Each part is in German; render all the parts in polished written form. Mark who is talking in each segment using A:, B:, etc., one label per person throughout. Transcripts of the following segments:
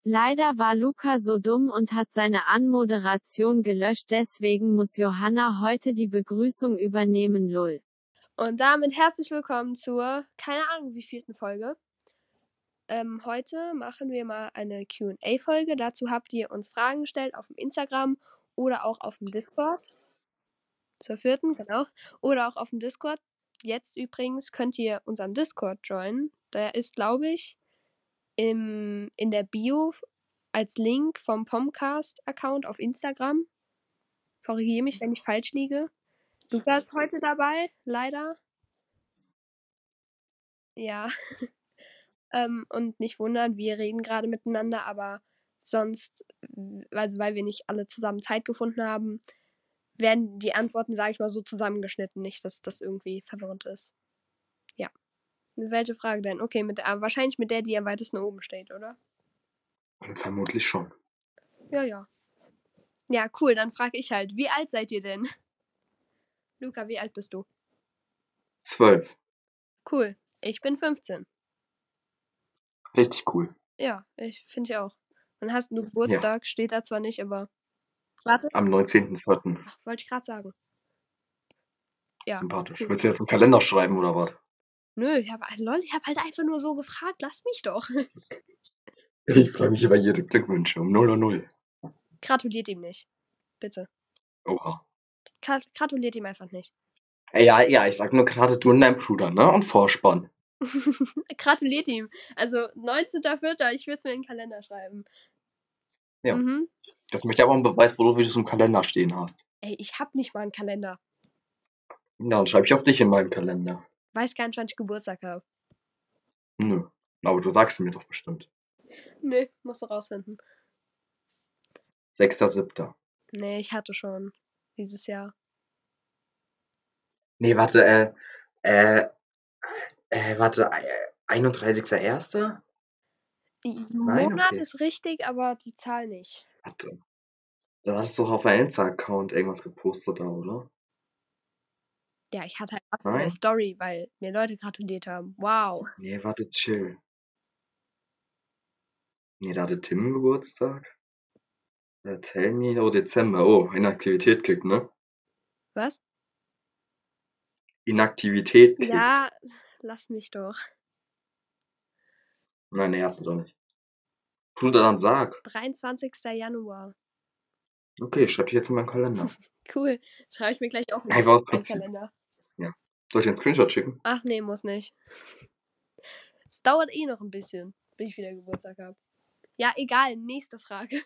A: Leider war Luca so dumm und hat seine Anmoderation gelöscht, deswegen muss Johanna heute die Begrüßung übernehmen, lol.
B: Und damit herzlich willkommen zur, keine Ahnung wievielten Folge. Heute machen wir mal eine Q&A-Folge. Dazu habt ihr uns Fragen gestellt auf dem Instagram oder auch auf dem Discord. Zur 4., genau. Oder auch auf dem Discord. Jetzt übrigens könnt ihr unserem Discord joinen. Der ist, glaube ich, in der Bio als Link vom Pomcast-Account auf Instagram. Korrigiere mich, wenn ich falsch liege. Luca ist heute dabei, leider. Ja. Und nicht wundern, wir reden gerade miteinander, aber sonst, also weil wir nicht alle zusammen Zeit gefunden haben, werden die Antworten, sage ich mal, so zusammengeschnitten. Nicht, dass das irgendwie verwirrend ist. Ja. Welche Frage denn? Okay, wahrscheinlich mit der, die am weitesten oben steht, oder?
C: Vermutlich schon.
B: Ja. Ja, cool, dann frage ich halt, wie alt seid ihr denn? Luca, wie alt bist du?
C: 12.
B: Cool, ich bin 15.
C: Richtig cool.
B: Ja, finde ich auch. Dann hast du Geburtstag, steht da zwar nicht, aber... Warte.
C: Am 19.04.
B: Ach, wollte ich gerade sagen. Ja.
C: Sympathisch.
B: Cool.
C: Willst du jetzt einen Kalender schreiben oder was?
B: Nö, ich habe halt einfach nur so gefragt, lass mich doch.
C: Ich freue mich über jede Glückwünsche um 0:00.
B: Gratuliert ihm nicht. Bitte.
C: Oha.
B: Gratuliert ihm einfach nicht.
C: Ja, ich sag nur gerade du und dein Bruder, ne? Und Vorspann.
B: Gratuliert ihm. Also 19.04. Ich will es mir in den Kalender schreiben.
C: Ja. Das möchte aber einen Beweis, wo du es im Kalender stehen hast.
B: Ey, ich hab nicht mal einen Kalender.
C: Ja, dann schreibe ich auch dich in meinen Kalender.
B: Weiß gar nicht, wann ich Geburtstag habe.
C: Nö. Aber du sagst mir doch bestimmt.
B: Nö, musst du rausfinden.
C: 6.07.
B: Nee, ich hatte schon dieses Jahr.
C: Nee, warte, 31.01.?
B: Monat
C: okay.
B: ist richtig, aber die Zahl nicht.
C: Warte. Du hast doch auf deinem Insta-Account irgendwas gepostet da, oder?
B: Ja, ich hatte halt was in der Story, weil mir Leute gratuliert haben. Wow.
C: Nee, warte, chill. Nee, da hatte Tim Geburtstag. Tell me, oh, Dezember. Oh, Inaktivität kickt, ne?
B: Was?
C: Inaktivität kickt.
B: Ja, lass mich doch.
C: Nein, nee, hast du doch nicht. Bruder, dann sag.
B: 23. Januar.
C: Okay, schreib dich jetzt in meinen Kalender.
B: Cool. Schreibe ich mir gleich auch in
C: Hey, was
B: meinen Kalender.
C: Ja. Soll ich dir einen Screenshot schicken?
B: Ach nee, muss nicht. Es dauert eh noch ein bisschen, bis ich wieder Geburtstag habe. Ja, egal. Nächste Frage.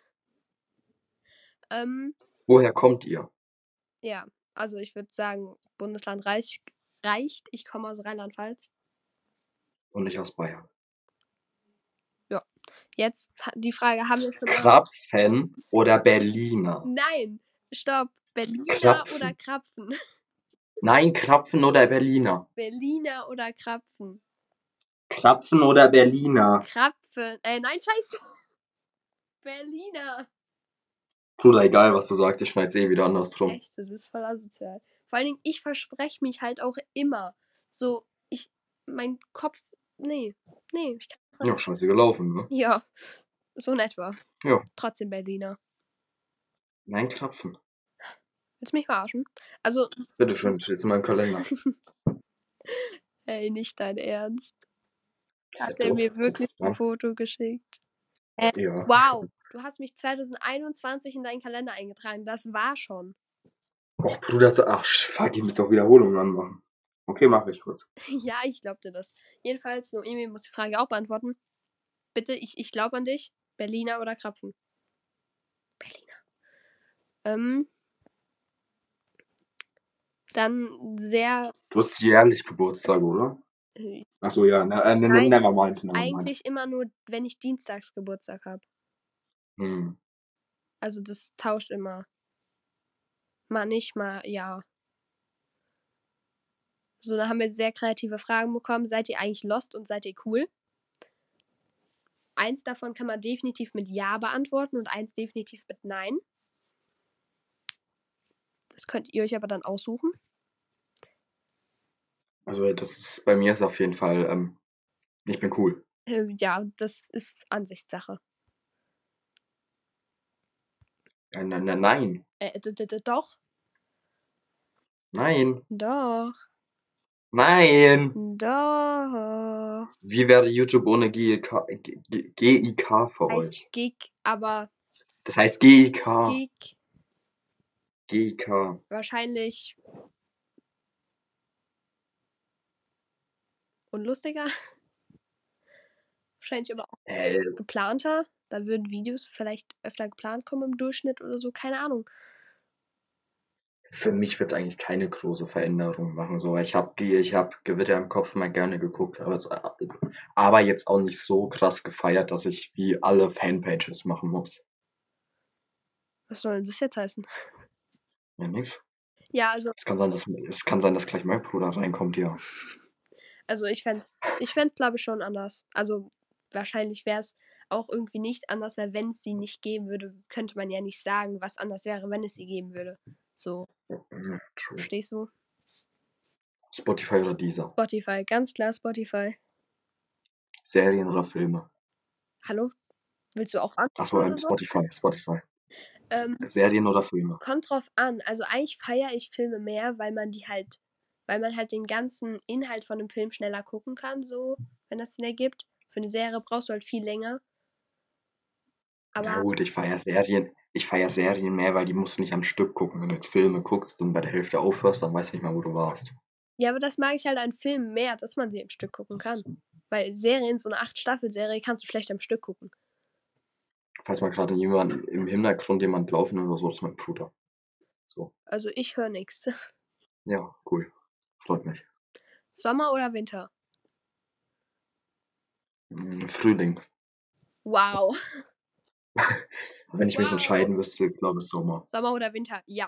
C: Woher kommt ihr?
B: Ja, also ich würde sagen, Bundesland reicht. Ich komme aus Rheinland-Pfalz.
C: Und nicht aus Bayern.
B: Ja. Jetzt die Frage, haben wir schon...
C: Krapfen oder Berliner?
B: Nein, stopp. Berliner
C: Krapfen.
B: oder Krapfen?
C: Nein, Krapfen oder Berliner?
B: Berliner oder Krapfen?
C: Krapfen oder Berliner?
B: Krapfen. Nein, scheiße. Berliner.
C: Bruder, egal was du sagst, ich schneid's eh wieder andersrum.
B: Echt, du bist voll asozial. Vor allen Dingen, ich verspreche mich halt auch immer. So, mein Kopf, nee, ich kann
C: Ja, scheiße gelaufen, ne?
B: Ja, so in etwa.
C: Ja.
B: Trotzdem Berliner.
C: Nein, Krapfen.
B: Willst du mich verarschen? Also...
C: Bitteschön, steht's in meinem Kalender.
B: Ey, nicht dein Ernst. Hat
C: Ja,
B: er
C: doch,
B: mir wirklich
C: guck's mal.
B: ein Foto geschickt?
C: Ja.
B: Wow, du hast mich 2021 in deinen Kalender eingetragen. Das war schon.
C: Och, Bruder, ach, fuck, ich muss doch Wiederholungen anmachen. Okay, mache ich kurz.
B: Ja, ich glaub dir das. Jedenfalls, Noemi muss die Frage auch beantworten. Bitte, ich glaube an dich. Berliner oder Krapfen? Berliner. Dann sehr...
C: Du hast jährlich Geburtstag, oder? Achso, ja, nevermind.
B: Eigentlich immer nur, wenn ich dienstags Geburtstag habe. Also das tauscht immer. Mal nicht, mal ja. So, da haben wir sehr kreative Fragen bekommen. Seid ihr eigentlich lost und seid ihr cool? Eins davon kann man definitiv mit Ja beantworten und eins definitiv mit Nein. Das könnt ihr euch aber dann aussuchen.
C: Also bei mir ist auf jeden Fall, ich bin cool.
B: Ja, das ist Ansichtssache.
C: Nein.
B: Doch.
C: Nein.
B: Doch.
C: Nein.
B: Doch.
C: Wie wäre YouTube ohne GIK für
B: Heißt
C: euch?
B: Gig, aber
C: Das heißt GIK.
B: Gig
C: GIK.
B: wahrscheinlich unlustiger. Wahrscheinlich aber auch geplanter. Da würden Videos vielleicht öfter geplant kommen im Durchschnitt oder so, keine Ahnung.
C: Für mich wird es eigentlich keine große Veränderung machen. So, ich habe Gewitter im Kopf mal gerne geguckt, aber jetzt auch nicht so krass gefeiert, dass ich wie alle Fanpages machen muss.
B: Was soll denn das jetzt heißen?
C: Ja, nix.
B: Ja, also.
C: Es kann sein, dass gleich mein Bruder reinkommt, ja.
B: Also ich fände glaube ich, schon anders. Also wahrscheinlich wäre es auch irgendwie nicht anders, weil wenn es sie nicht geben würde, könnte man ja nicht sagen, was anders wäre, wenn es sie geben würde. So,
C: Ja, true.
B: verstehst du?
C: Spotify oder Deezer?
B: Spotify, ganz klar Spotify.
C: Serien oder Filme?
B: Hallo? Willst du auch an?
C: Achso, Spotify. Serien oder Filme?
B: Kommt drauf an. Also eigentlich feiere ich Filme mehr, weil man halt den ganzen Inhalt von einem Film schneller gucken kann, so, wenn das Sinn ergibt. Für eine Serie brauchst du halt viel länger. Aber
C: Ja gut, ich feiere Serien mehr, weil die musst du nicht am Stück gucken. Wenn du jetzt Filme guckst und bei der Hälfte aufhörst, dann weißt du nicht mehr, wo du warst.
B: ja, aber das mag ich halt an Filmen mehr, dass man sie am Stück gucken kann. Weil Serien, so eine 8-Staffel-Serie, kannst du schlecht am Stück gucken.
C: Falls mal gerade im Hintergrund jemand laufen oder so, ist mein Bruder. So.
B: Also ich höre nichts.
C: Ja, cool. Freut mich.
B: Sommer oder Winter?
C: Frühling.
B: Wow.
C: Wenn ich mich entscheiden müsste, glaube ich Sommer.
B: Sommer oder Winter? Ja.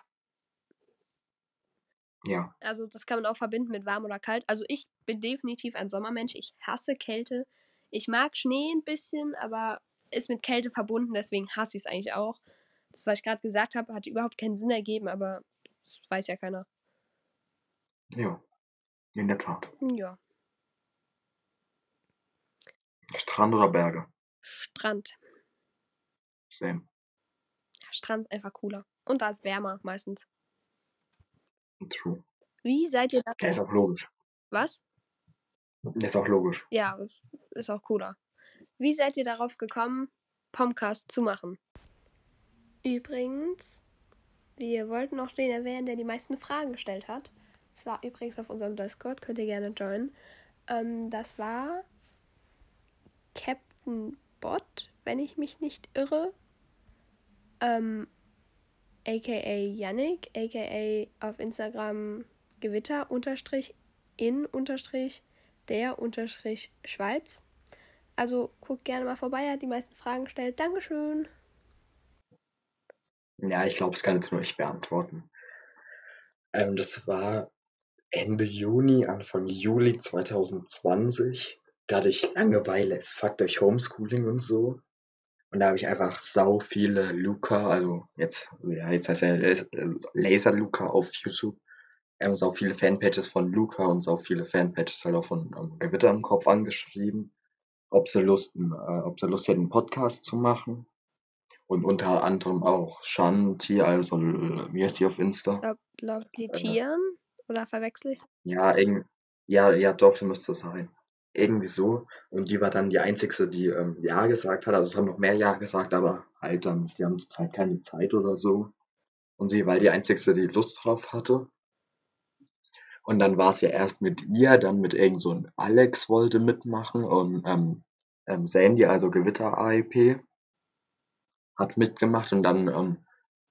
C: Ja.
B: Also das kann man auch verbinden mit warm oder kalt. Also ich bin definitiv ein Sommermensch. Ich hasse Kälte. Ich mag Schnee ein bisschen, aber ist mit Kälte verbunden, deswegen hasse ich es eigentlich auch. Das, was ich gerade gesagt habe, hat überhaupt keinen Sinn ergeben, aber das weiß ja keiner.
C: Ja, in der Tat.
B: Ja.
C: Strand oder Berge?
B: Strand.
C: Same.
B: Strand ist einfach cooler. Und da ist wärmer meistens.
C: True.
B: Wie seid ihr da?
C: Ja, ist auch logisch.
B: Was?
C: Ist auch logisch.
B: Ja, ist auch cooler. Wie seid ihr darauf gekommen, Pomcast zu machen? Übrigens, wir wollten noch den erwähnen, der die meisten Fragen gestellt hat. Das war übrigens auf unserem Discord, könnt ihr gerne joinen. Das war Captain Bot, wenn ich mich nicht irre. A.k.a. Yannick, a.k.a. auf Instagram Gewitter _in_ Schweiz. Also guckt gerne mal vorbei, er hat die meisten Fragen gestellt. Dankeschön.
C: Ja, ich glaube, es kann jetzt nur ich beantworten. Das war Ende Juni, Anfang Juli 2020. Da hatte ich Langeweile, es fuckt durch Homeschooling und so. Und da habe ich einfach sau viele Luca, also jetzt heißt er Laser Luca auf YouTube, sau viele Fanpages von Luca und sau viele Fanpages halt auch von Gewitter im Kopf angeschrieben, ob sie Lust hätten, einen Podcast zu machen. Und unter anderem auch Shanti, also wie heißt die auf Insta?
B: Lovely Tieren? Oder verwechsel ich?
C: Ja, doch, so müsste es sein. Irgendwie so. Und die war dann die Einzige, die Ja gesagt hat. Also es haben noch mehr Ja gesagt, aber halt dann, die haben halt keine Zeit oder so. Und sie war die Einzige, die Lust drauf hatte. Und dann war es ja erst mit ihr, dann mit irgend so ein Alex wollte mitmachen und Sandy, also Gewitter AEP, hat mitgemacht und dann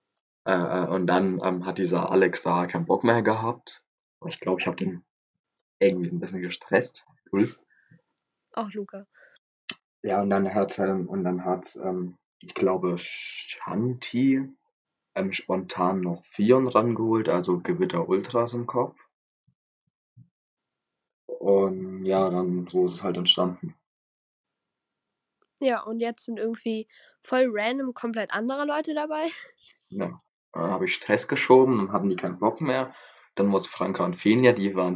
C: hat dieser Alex da keinen Bock mehr gehabt. Ich glaube, ich habe den irgendwie ein bisschen gestresst. Cool.
B: Auch Luca.
C: Ja, und dann hat, ich glaube, Shanti spontan noch Fion rangeholt, also Gewitter Ultras im Kopf. Und ja, dann so ist es halt entstanden.
B: Ja, und jetzt sind irgendwie voll random komplett andere Leute dabei.
C: Ja, dann habe ich Stress geschoben, dann hatten die keinen Bock mehr. Dann wurde es Franka und Fenia, die waren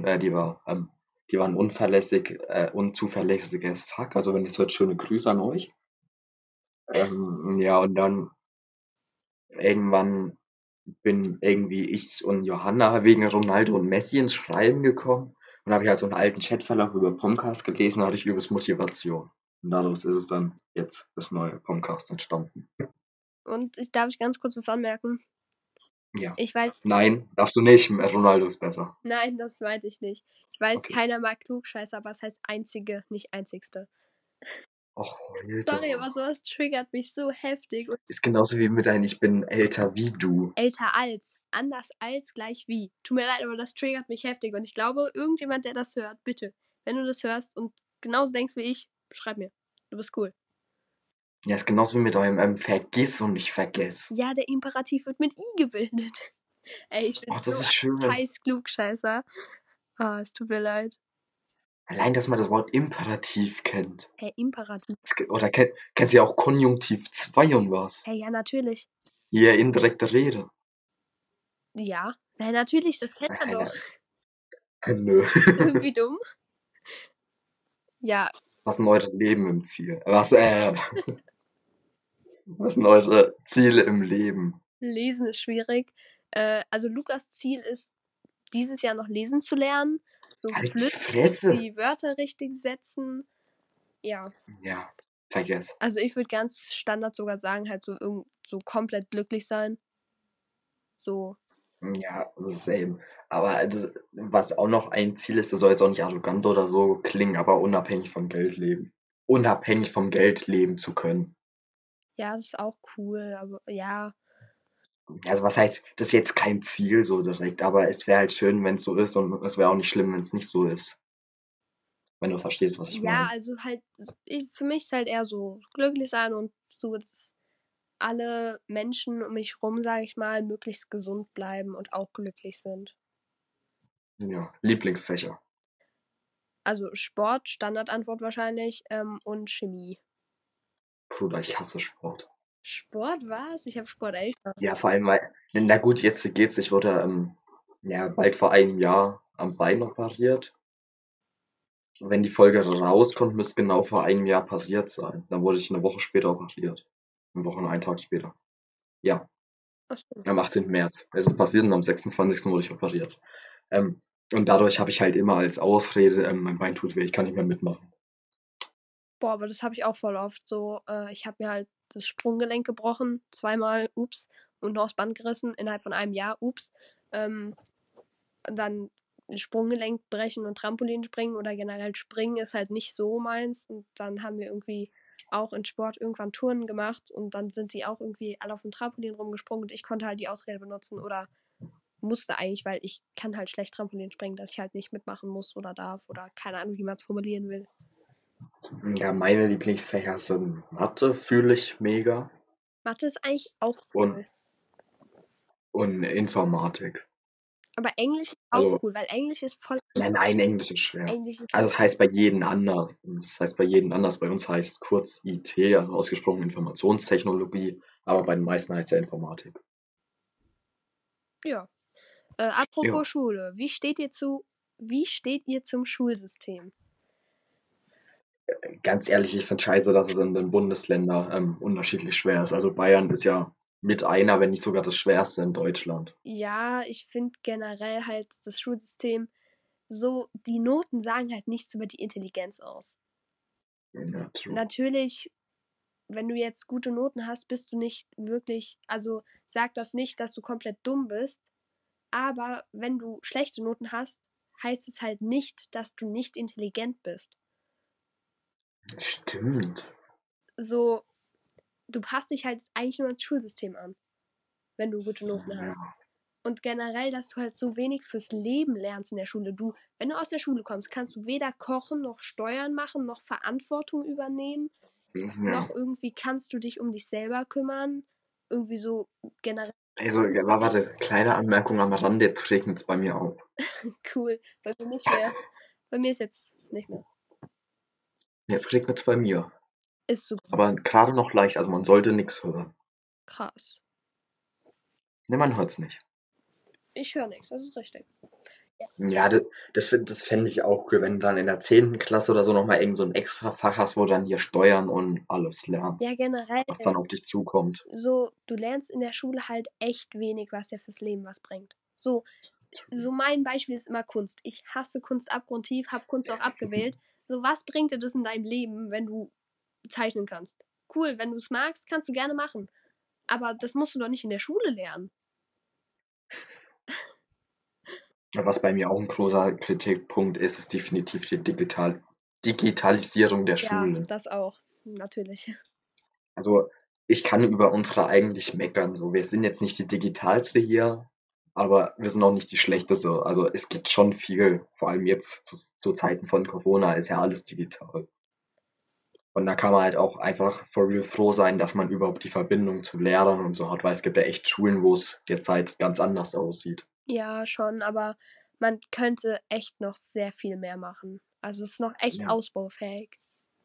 C: unzuverlässig as fuck. Also wenn ihr es hört, schöne Grüße an euch. Ja, und dann Irgendwann bin irgendwie ich und Johanna wegen Ronaldo und Messi ins Schreiben gekommen. Und habe ich halt so einen alten Chatverlauf über Pomcast gelesen, da hatte ich übelst Motivation. Und daraus ist es dann jetzt das neue Pomcast entstanden.
B: Und darf ich ganz kurz was anmerken?
C: Ja.
B: Ich weiß,
C: Nein, darfst du nicht. Ronaldo ist besser.
B: nein, das meinte ich nicht. Ich weiß,
C: Okay.
B: keiner mag Klugscheißer, aber es heißt einzige, nicht einzigste.
C: Och, heul
B: Sorry,
C: doch.
B: aber sowas triggert mich so heftig. Und
C: Ist genauso wie mit deinem Ich bin älter wie du.
B: älter als, anders als, gleich wie. Tut mir leid, aber das triggert mich heftig. Und ich glaube, irgendjemand, der das hört, bitte, wenn du das hörst und genauso denkst wie ich, schreib mir. Du bist cool.
C: Ja, ist genauso wie mit eurem Vergiss und ich vergess.
B: Ja, der Imperativ wird mit I gebildet. Ey, ich bin
C: Oh, das
B: so
C: ist
B: ein
C: schön.
B: scheiß Klugscheißer. Ah, es tut mir leid.
C: Allein, dass man das Wort Imperativ kennt.
B: Hey, Imperativ.
C: Oder kennst du ja auch Konjunktiv 2 und was?
B: Hey, ja, natürlich.
C: Hier indirekte Rede.
B: Ja, hey, natürlich, das kennt man doch.
C: Nö.
B: Irgendwie dumm. Ja,
C: Was sind eure Leben im Ziel? Was sind eure Ziele im Leben?
B: lesen ist schwierig. Also Lukas Ziel ist, dieses Jahr noch lesen zu lernen. So
C: Halt die
B: flüssig
C: Fresse.
B: die Wörter richtig setzen. Ja,
C: Ja, vergess.
B: also ich würde ganz Standard sogar sagen, halt so komplett glücklich sein. So,
C: Ja, das ist eben. Aber was auch noch ein Ziel ist, das soll jetzt auch nicht arrogant oder so klingen, aber unabhängig vom Geld leben. Unabhängig vom Geld leben zu können.
B: ja, das ist auch cool, aber ja.
C: Also was heißt, das ist jetzt kein Ziel so direkt, aber es wäre halt schön, wenn es so ist und es wäre auch nicht schlimm, wenn es nicht so ist. Wenn du verstehst, was ich
B: Ja,
C: meine.
B: also halt, für mich ist halt eher so glücklich sein und so, dass alle Menschen um mich rum, sage ich mal, möglichst gesund bleiben und auch glücklich sind.
C: Ja, Lieblingsfächer.
B: Also Sport, Standardantwort wahrscheinlich, und Chemie.
C: Bruder, ich hasse Sport.
B: Sport, was? Ich habe Sport echt.
C: Ja, vor allem, weil, na gut, jetzt geht's. Ich wurde ja, bald vor einem Jahr am Bein operiert. Wenn die Folge rauskommt, müsste genau vor einem Jahr passiert sein. Dann wurde ich eine Woche später operiert. Eine Woche und einen Tag später. Ja,
B: Achso.
C: am 18. März. Es ist passiert und am 26. wurde ich operiert. Ähm, und dadurch habe ich halt immer als Ausrede, mein Bein tut weh, ich kann nicht mehr mitmachen.
B: Boah, aber das habe ich auch voll oft so. Ich habe mir halt das Sprunggelenk gebrochen, zweimal, ups, und noch das Band gerissen innerhalb von einem Jahr, ups. Dann Sprunggelenk brechen und Trampolin springen oder generell springen ist halt nicht so meins. Und dann haben wir irgendwie auch in Sport irgendwann Touren gemacht und dann sind sie auch irgendwie alle auf dem Trampolin rumgesprungen und ich konnte halt die Ausrede benutzen oder musste eigentlich, weil ich kann halt schlecht Trampolin springen, dass ich halt nicht mitmachen muss oder darf oder keine Ahnung, wie man es formulieren will.
C: Ja, meine Lieblingsfächer sind Mathe, fühle ich mega.
B: Mathe ist eigentlich auch
C: Und,
B: cool.
C: und Informatik.
B: Aber Englisch ist auch
C: Also,
B: cool, weil Englisch ist voll.
C: nein, Englisch ist schwer.
B: Englisch ist
C: Also das heißt bei jedem anders. Das heißt bei jedem anders. Bei uns heißt kurz IT, also ausgesprochen Informationstechnologie, aber bei den meisten heißt ja Informatik.
B: ja. Apropos
C: Ja,
B: Schule, wie steht ihr zum Schulsystem?
C: ganz ehrlich, ich finde scheiße, dass es in den Bundesländern unterschiedlich schwer ist. Also Bayern ist ja mit einer, wenn nicht sogar das schwerste in Deutschland.
B: Ja, ich finde generell halt das Schulsystem so, die Noten sagen halt nichts über die Intelligenz aus.
C: Ja, true.
B: Natürlich, wenn du jetzt gute Noten hast, bist du nicht wirklich, also sagt das nicht, dass du komplett dumm bist, aber wenn du schlechte Noten hast, heißt es halt nicht, dass du nicht intelligent bist.
C: Stimmt.
B: So, du passt dich halt eigentlich nur ans Schulsystem an, wenn du gute Noten
C: Ja.
B: hast. Und generell, dass du halt so wenig fürs Leben lernst in der Schule. Wenn du aus der Schule kommst, kannst du weder kochen, noch Steuern machen, noch Verantwortung übernehmen,
C: Ja.
B: noch irgendwie kannst du dich um dich selber kümmern. Irgendwie so generell
C: Also, warte, kleine Anmerkung am Rande, jetzt regnet es bei mir auch.
B: cool. Bei mir nicht mehr. Bei mir ist jetzt nicht mehr.
C: Jetzt regnet es bei mir.
B: Ist super
C: Aber gerade noch leicht, also man sollte nichts hören.
B: krass.
C: Ne, man hört's nicht.
B: Ich höre nichts, das ist richtig.
C: Ja, das fände ich auch cool, wenn du dann in der 10. Klasse oder so nochmal irgend so ein extra Fach hast, wo du dann hier Steuern und alles
B: Ja,
C: lernst,
B: generell.
C: was dann auf dich zukommt.
B: So, du lernst in der Schule halt echt wenig, was dir fürs Leben was bringt. So mein Beispiel ist immer Kunst. Ich hasse Kunst abgrundtief, habe Kunst auch abgewählt. So, was bringt dir das in deinem Leben, wenn du zeichnen kannst? Cool, wenn du es magst, kannst du gerne machen. Aber das musst du doch nicht in der Schule lernen.
C: Ja, was bei mir auch ein großer Kritikpunkt ist, ist definitiv die Digitalisierung der
B: Ja,
C: Schule.
B: das auch, natürlich.
C: Also, ich kann über unsere eigentlich meckern, so. Wir sind jetzt nicht die digitalste hier, aber wir sind auch nicht die schlechteste. Also, es gibt schon viel, vor allem jetzt zu Zeiten von Corona ist ja alles digital. Und da kann man halt auch einfach for real froh sein, dass man überhaupt die Verbindung zu Lehrern und so hat, weil es gibt ja echt Schulen, wo es derzeit ganz anders aussieht.
B: Ja, schon, aber man könnte echt noch sehr viel mehr machen. Also es ist noch echt
C: Ja.
B: ausbaufähig.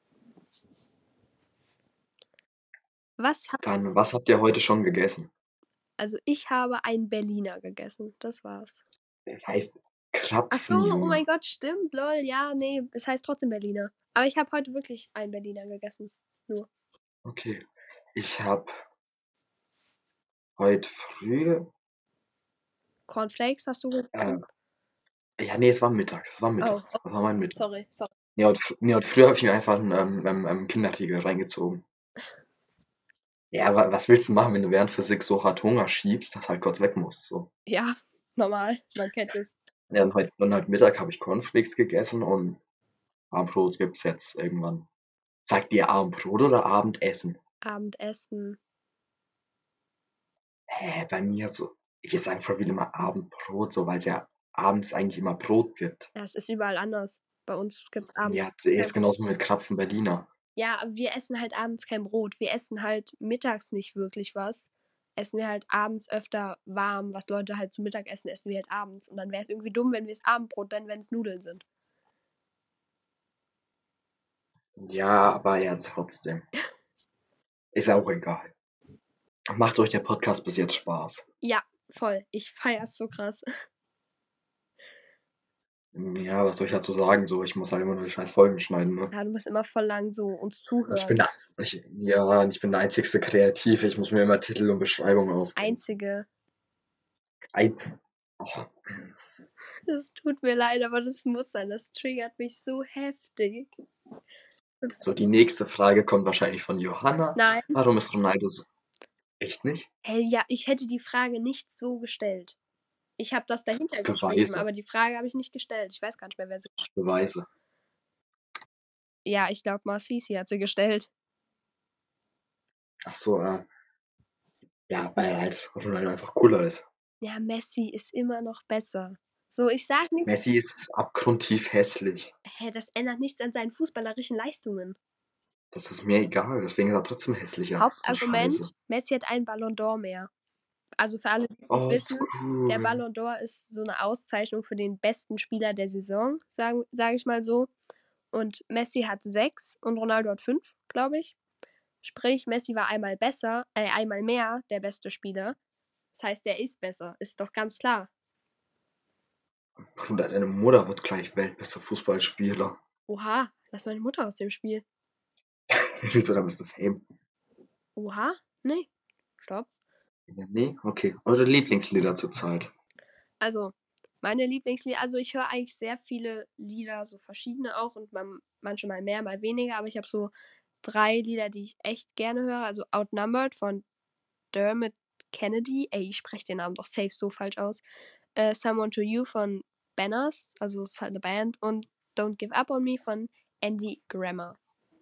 B: Was
C: Dann, was habt ihr heute schon gegessen?
B: Also ich habe einen Berliner gegessen. Das war's.
C: Das heißt
B: Ach so, oh
C: Krapfen,
B: mein Gott, stimmt, lol. Ja, nee, es heißt trotzdem Berliner. Aber ich habe heute wirklich einen Berliner gegessen. Nur.
C: Okay. Ich habe heute früh,
B: Cornflakes hast du
C: äh,
B: gegessen?
C: ja, nee, es war Mittag. Es war
B: Oh,
C: mittags. Was war mein Mittag?
B: sorry.
C: Nee, heute früh habe ich mir einfach einen Kinderriegel reingezogen. Ja, aber was willst du machen, wenn du während Physik so hart Hunger schiebst, dass halt kurz weg musst, so.
B: Ja, normal. Man kennt es.
C: Ja, und heute Mittag habe ich Cornflakes gegessen und Abendbrot gibt's jetzt irgendwann. Sagt ihr Abendbrot oder Abendessen?
B: Abendessen.
C: Bei mir so, wir sagen voll viel immer Abendbrot, so, weil es ja abends eigentlich immer Brot gibt.
B: Ja, es ist überall anders. Bei uns gibt es abends
C: Ja,
B: kein
C: ist
B: Brot.
C: genauso mit Krapfen Berliner.
B: Ja, aber wir essen halt abends kein Brot. Wir essen halt mittags nicht wirklich was. Essen wir halt abends öfter warm, was Leute halt zu Mittag essen, essen wir halt abends. Und dann wäre es irgendwie dumm, wenn wir es Abendbrot, dann wenn es Nudeln sind.
C: Ja, aber ja, trotzdem. Ist auch egal. Macht euch der Podcast bis jetzt Spaß?
B: Ja, voll. Ich feier's so krass.
C: Ja, was soll ich dazu sagen? So, ich muss halt immer nur die scheiß Folgen schneiden, ne?
B: Ja, du musst immer voll lang so uns
C: Ich bin
B: zuhören.
C: der, ich bin der einzigste Kreativ. Ich muss mir immer Titel und Beschreibung ausdenken.
B: Einzige.
C: Ein, oh,
B: Das tut mir leid, aber das muss sein. Das triggert mich so heftig.
C: so, die nächste Frage kommt wahrscheinlich von Johanna.
B: Nein.
C: Warum ist Ronaldo so? Echt nicht?
B: Hey, ja, ich hätte die Frage nicht so gestellt. Ich habe das dahinter geschrieben,
C: Beweise,
B: aber die Frage habe ich nicht gestellt. Ich weiß gar nicht mehr, wer sie.
C: Beweise.
B: Ja, ich glaube, Marcisi hat sie gestellt.
C: Ach so, ja, weil halt Ronaldo einfach cooler ist.
B: Ja, Messi ist immer noch besser. So, ich sag nicht,
C: Messi ist abgrundtief hässlich.
B: das ändert nichts an seinen fußballerischen Leistungen.
C: Das ist mir egal, deswegen ist er trotzdem hässlicher. Und
B: Hauptargument,
C: scheiße.
B: Messi hat einen Ballon d'Or mehr. Also für alle, die es nicht
C: Oh, ist
B: wissen, der
C: cool.
B: Ballon d'Or ist so eine Auszeichnung für den besten Spieler der Saison, sage ich mal so. Und Messi hat 6 und Ronaldo hat 5, glaube ich. Sprich, Messi war einmal mehr der beste Spieler. Das heißt, der ist besser. Ist doch ganz klar.
C: Bruder, deine Mutter wird gleich weltbester Fußballspieler.
B: Oha, lass meine Mutter aus dem Spiel.
C: Wieso, da bist du Fame?
B: Oha, nee, stopp.
C: Ja, nee? Okay. Eure Lieblingslieder zurzeit?
B: Also, meine Lieblingslieder, also ich höre eigentlich sehr viele Lieder, so verschiedene auch und manche mal mehr, mal weniger, aber ich habe so 3 Lieder, die ich echt gerne höre. Also Outnumbered von Dermot Kennedy. Ey, ich spreche den Namen doch safe so falsch aus. Someone to You von Banners, also es ist halt eine Band. Und Don't Give Up on Me von Andy Grammer.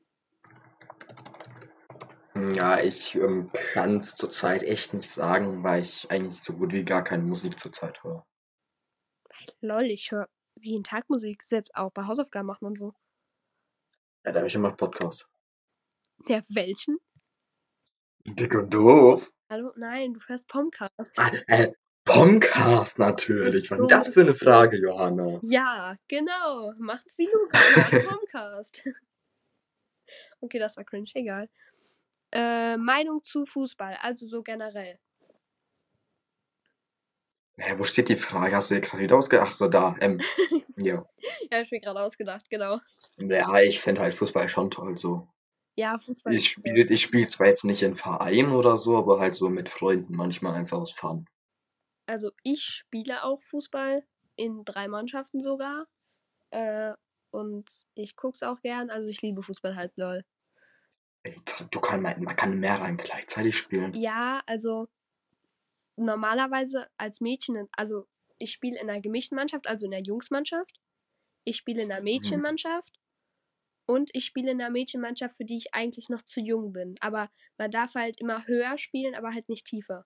C: Ja, ich kann es zurzeit echt nicht sagen, weil ich eigentlich so gut wie gar keine Musik zurzeit höre.
B: Lol, ich höre jeden Tag Musik, selbst auch bei Hausaufgaben machen und so.
C: Ja, da habe ich immer Podcast.
B: Ja, welchen?
C: Dick und doof.
B: Hallo? Nein, du hörst Pomcast.
C: Ah, Pomcast natürlich. Was ist denn das für eine Frage, Johanna?
B: Ja, genau. Macht's wie Luca und hört Pomcast. Okay, das war cringe, egal. Meinung zu Fußball, also so generell.
C: Naja, wo steht die Frage? Hast du dir gerade wieder ausgedacht? Ach so, da. Ja.
B: Ja, ich mir gerade ausgedacht, genau.
C: Ja, ich finde halt Fußball schon toll. So.
B: Ja, Fußball
C: Ich
B: ist toll.
C: spiele zwar jetzt nicht in Verein oder so, aber halt so mit Freunden manchmal einfach aus Fun.
B: Also ich spiele auch Fußball in 3 Mannschaften sogar. Und ich guck's auch gern. Also ich liebe Fußball halt, lol.
C: Ey, man kann mehrere gleichzeitig spielen.
B: Ja, also normalerweise als Mädchen, also ich spiele in einer gemischten Mannschaft, also in einer Jungsmannschaft. Ich spiele in einer
C: Hm.
B: Mädchenmannschaft. Und ich spiele in einer Mädchenmannschaft, für die ich eigentlich noch zu jung bin. Aber man darf halt immer höher spielen, aber halt nicht tiefer.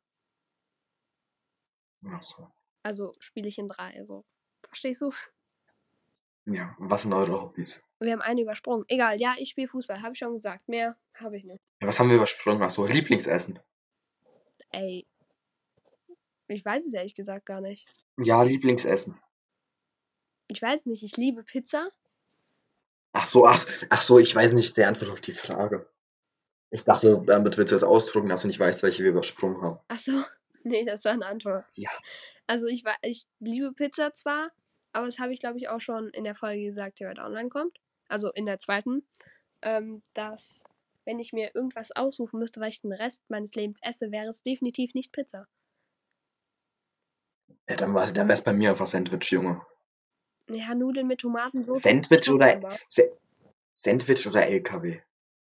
C: Ach so.
B: Also spiele ich in 3. So. Verstehst du?
C: Ja, was sind eure Hobbys?
B: Wir haben eine übersprungen. Egal, ja, ich spiele Fußball, habe ich schon gesagt. Mehr habe ich nicht.
C: Ja, was haben wir übersprungen? Ach so, Lieblingsessen.
B: Ey, ich weiß es ehrlich gesagt gar nicht.
C: Ja, Lieblingsessen.
B: Ich weiß nicht, ich liebe Pizza.
C: Ach so, ich weiß nicht die Antwort auf die Frage. Ich dachte, damit willst du jetzt ausdrucken, dass du nicht weißt, welche wir übersprungen haben.
B: Achso, nee, das war eine Antwort.
C: Ja.
B: Also ich liebe Pizza zwar, aber das habe ich glaube ich auch schon in der Folge gesagt, die heute online kommt. Also in der 2. Dass wenn ich mir irgendwas aussuchen müsste, weil ich den Rest meines Lebens esse, wäre es definitiv nicht Pizza.
C: Ja, dann wär's bei mir einfach Sandwich, Junge.
B: Ja, Nudeln mit Tomatensauce
C: Sandwich
B: ist top,
C: oder
B: aber
C: Sandwich oder LKW?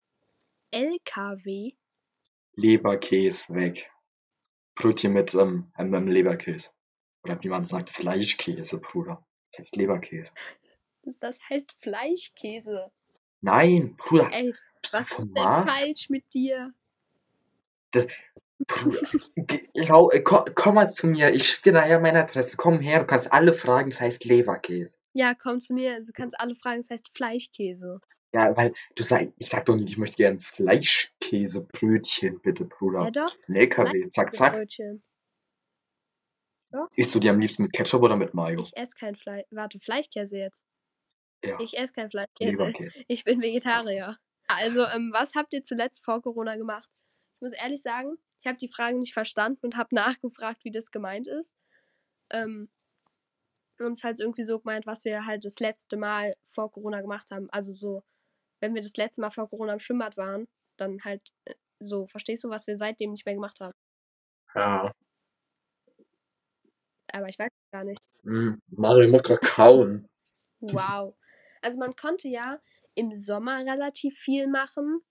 B: LKW?
C: Leberkäse weg. Brötchen mit Leberkäse. Oder wie man sagt, Fleischkäse, Bruder. Das heißt Leberkäse.
B: Das heißt Fleischkäse.
C: Nein, Bruder.
B: Ey,
C: Bist du
B: was
C: vom
B: ist denn
C: Mars?
B: falsch mit dir?
C: Bruder, komm mal zu mir. Ich schicke dir nachher meine Adresse. Komm her, du kannst alle fragen. Das heißt Leberkäse.
B: Ja, komm zu mir, du kannst alle fragen, das heißt Fleischkäse.
C: Ja, weil ich sag doch nicht, ich möchte gern Fleischkäsebrötchen, bitte,
B: Ja
C: Bruder.
B: doch,
C: Ein LKW, zack, zack.
B: Fleischkäsebrötchen. Doch.
C: Isst du die am liebsten mit Ketchup oder mit Mayo?
B: Ich esse kein Fleisch. Warte, Fleischkäse jetzt.
C: Ja,
B: Ich esse kein Fleischkäse.
C: Leberkäse.
B: Ich bin Vegetarier. Also, was habt ihr zuletzt vor Corona gemacht? Ich muss ehrlich sagen, ich habe die Frage nicht verstanden und habe nachgefragt, wie das gemeint ist. Und es halt irgendwie so gemeint, was wir halt das letzte Mal vor Corona gemacht haben. Also so, wenn wir das letzte Mal vor Corona im Schwimmbad waren, dann halt so, verstehst du, was wir seitdem nicht mehr gemacht haben?
C: Ja.
B: Aber ich weiß gar nicht.
C: Mario muss grad kauen.
B: Wow. Also man konnte ja im Sommer relativ viel machen.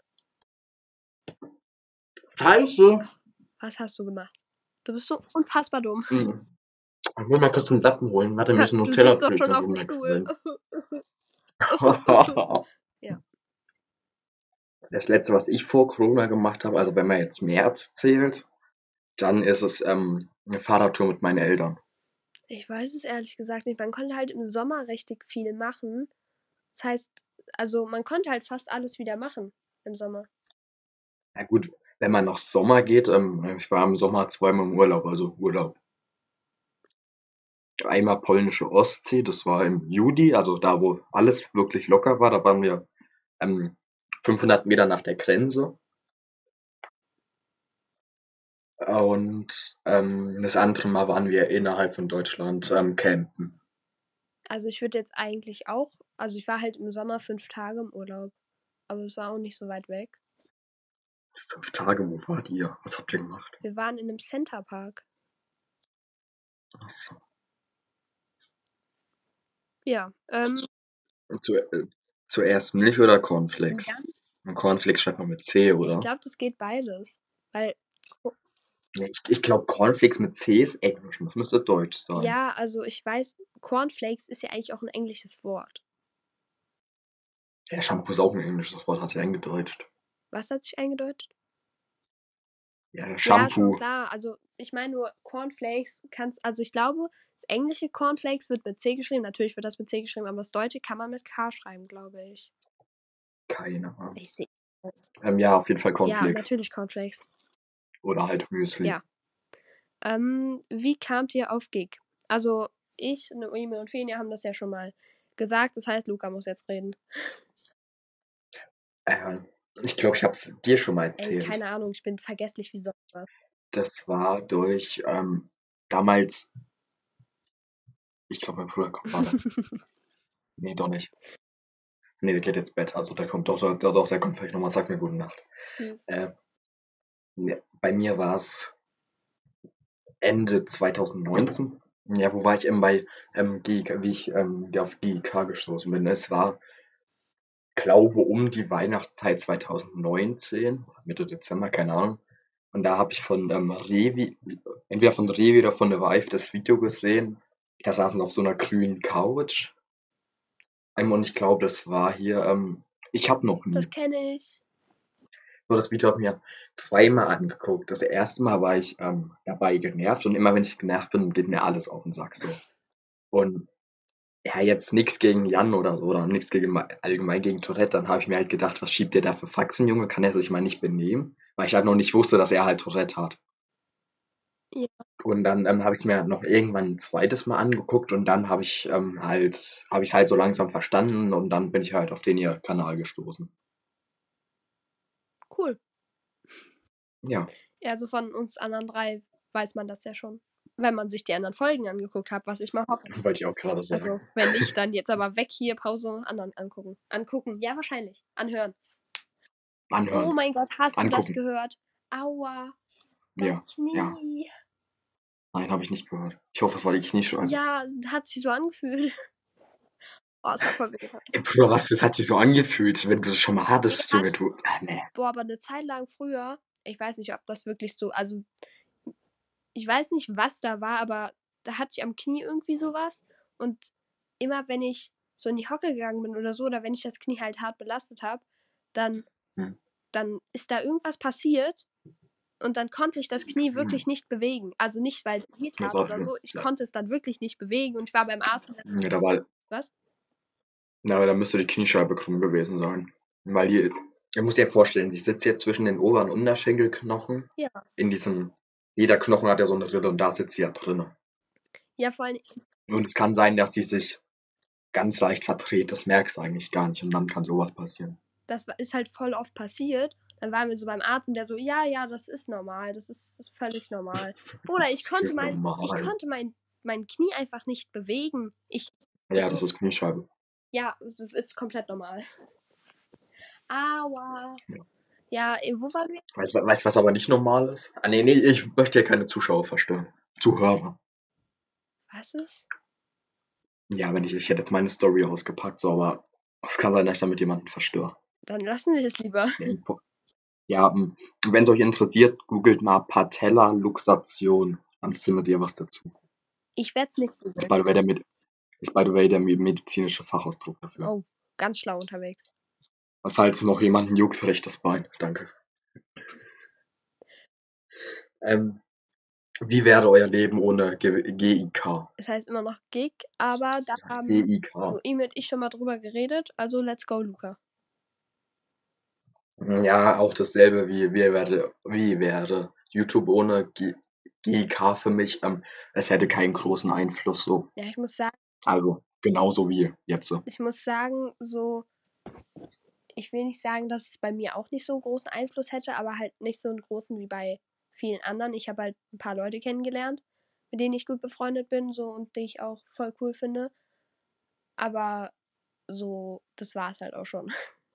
C: Scheiße.
B: Was hast du gemacht? Du bist so unfassbar dumm.
C: Ich muss mal kurz einen Lappen holen. Warte, mir ist ein
B: Du sitzt doch schon
C: Nutella-Brötchen
B: auf dem Stuhl.
C: runtergefallen.
B: Ja.
C: Das letzte, was ich vor Corona gemacht habe, also wenn man jetzt März zählt, dann ist es eine Fahrradtour mit meinen Eltern.
B: Ich weiß es ehrlich gesagt nicht. Man konnte halt im Sommer richtig viel machen. Das heißt, also man konnte halt fast alles wieder machen im Sommer.
C: Na gut, wenn man nach Sommer geht, ich war im Sommer zweimal im Urlaub, also Urlaub. Einmal polnische Ostsee, das war im Juli, also da, wo alles wirklich locker war, da waren wir 500 Meter nach der Grenze. Und das andere Mal waren wir innerhalb von Deutschland campen.
B: Also ich würde jetzt eigentlich auch, also ich war halt im Sommer 5 Tage im Urlaub, aber es war auch nicht so weit weg.
C: 5 Tage, wo wart ihr? Was habt ihr gemacht?
B: Wir waren in einem Centerpark.
C: Ach so.
B: Ja,
C: Zuerst Milch oder Cornflakes?
B: ja,
C: Und Cornflakes schreibt man mit C,
B: ich
C: oder?
B: glaube, das geht beides. Weil,
C: Nee, ich glaube, Cornflakes mit C ist Englisch. Das müsste Deutsch sein.
B: ja, also ich weiß, Cornflakes ist ja eigentlich auch ein englisches Wort.
C: Ja, Shampoo ist auch ein englisches Wort, hat sich eingedeutscht.
B: Was hat sich eingedeutscht?
C: Ja,
B: Ja, schon
C: Shampoo.
B: klar. Also ich meine nur Cornflakes kannst, also ich glaube, das englische Cornflakes wird mit C geschrieben. Natürlich wird das mit C geschrieben, aber das deutsche kann man mit K schreiben, glaube ich.
C: Keine Ahnung.
B: Ich sehe.
C: Ja, auf jeden Fall
B: Ja,
C: Cornflakes.
B: natürlich Cornflakes.
C: Oder halt Müsli.
B: Ja. Wie kamt ihr auf Gig? Also ich, Noemi und Fenia haben das ja schon mal gesagt. Das heißt, Luca muss jetzt reden.
C: Ich glaube, ich habe es dir schon mal
B: Ey,
C: erzählt.
B: keine Ahnung, ich bin vergesslich wie sonst was.
C: Das war durch damals Ich glaube, mein Bruder kommt gerade. Nee, doch nicht. Nee, der geht jetzt Bett. Also der kommt doch, der kommt gleich nochmal. Sag mir gute Nacht.
B: Tschüss.
C: Nee, bei mir war es Ende 2019. Ja, wo war ich eben bei GIK, wie ich auf GIK gestoßen bin. Es war, glaube um die Weihnachtszeit 2019, Mitte Dezember, keine Ahnung. Und da habe ich von Revi, entweder von Revi oder von The Vive das Video gesehen. Da saßen auf so einer grünen Couch. Und ich glaube, das war hier, ich habe noch nie.
B: Das kenne ich.
C: So, das Video habe ich mir zweimal angeguckt. Das erste Mal war ich dabei genervt und immer wenn ich genervt bin, geht mir alles auf den Sack so. Und ja, jetzt nichts gegen Jan oder so, oder nichts gegen allgemein gegen Tourette, dann habe ich mir halt gedacht, was schiebt der da für Faxen, Junge? Kann er sich mal nicht benehmen? Weil ich halt noch nicht wusste, dass er halt Tourette hat.
B: Ja.
C: Und dann habe ich es mir noch irgendwann ein zweites Mal angeguckt und dann habe ich halt so langsam verstanden und dann bin ich halt auf den ihr Kanal gestoßen.
B: Cool.
C: Ja,
B: Ja, so von uns anderen 3 weiß man das ja schon. Wenn man sich die anderen Folgen angeguckt hat, was ich mal hoffe.
C: wollte ich auch gerade sagen.
B: Also, wenn nicht, dann jetzt aber weg hier, Pause, anderen angucken. Angucken, ja, wahrscheinlich. Anhören. Oh
C: Anhören.
B: mein Gott, hast du das
C: Angucken.
B: gehört? Aua. Mein
C: Ja,
B: Knie.
C: ja. Nein, habe ich nicht gehört. Ich hoffe, es war die Kniescheibe.
B: Ja, hat sich so angefühlt. Oh, es hat voll wehgetan.
C: Ey, Bruder, das hat sich so angefühlt, wenn du das schon mal hattest, Junge, du. Nee.
B: Boah, aber eine Zeit lang früher, ich weiß nicht, ob das wirklich so, also ich weiß nicht, was da war, aber da hatte ich am Knie irgendwie sowas und immer wenn ich so in die Hocke gegangen bin oder so, oder wenn ich das Knie halt hart belastet habe, dann ist da irgendwas passiert und dann konnte ich das Knie wirklich nicht bewegen. Also nicht, weil es weh tat oder so, ich konnte es dann wirklich nicht bewegen und ich war beim Arzt.
C: Ja, da war,
B: Was?
C: na, aber da müsste die Kniescheibe krumm gewesen sein. Weil ihr müsst dir vorstellen, sie sitzt jetzt zwischen den Ober- und Unterschenkelknochen.
B: Ja.
C: In diesem, jeder Knochen hat ja so eine Rille und da sitzt sie ja drin.
B: Ja, vor allem.
C: Und es kann sein, dass sie sich ganz leicht verdreht, das merkst du eigentlich gar nicht und dann kann sowas passieren.
B: Das ist halt voll oft passiert. Dann waren wir so beim Arzt und der so, ja, das ist normal, das ist völlig normal. Oder ich konnte mein Knie einfach nicht bewegen.
C: Ja, das ist Kniescheibe.
B: Ja, das ist komplett normal. Aua. Ja, wo waren wir?
C: Weißt du, was aber nicht normal ist? Ah, nee, ich möchte ja keine Zuschauer verstören. Zuhörer.
B: Was ist?
C: Ja, ich hätte jetzt meine Story ausgepackt, so, aber es kann sein, dass ich damit jemanden verstöre.
B: Dann lassen wir es lieber.
C: Ja, wenn es euch interessiert, googelt mal Patella-Luxation. Dann findet ihr was dazu.
B: Ich werde es nicht googeln.
C: Ist by the way der medizinische Fachausdruck dafür.
B: Oh, ganz schlau unterwegs.
C: Und falls noch jemanden juckt, rechtes Bein. Danke. Wie wäre euer Leben ohne GIK?
B: Es heißt immer noch Gig, aber da haben
C: GIK.
B: Noemi und ich schon mal drüber geredet. Also let's go, Luca.
C: Ja, auch dasselbe wie wäre YouTube ohne GIK für mich. Es hätte keinen großen Einfluss so.
B: Ja, ich muss sagen.
C: Also genauso wie jetzt.
B: Ich muss sagen, so. Ich will nicht sagen, dass es bei mir auch nicht so einen großen Einfluss hätte, aber halt nicht so einen großen wie bei vielen anderen. Ich habe halt ein paar Leute kennengelernt, mit denen ich gut befreundet bin, so und die ich auch voll cool finde. Aber so, das war es halt auch schon.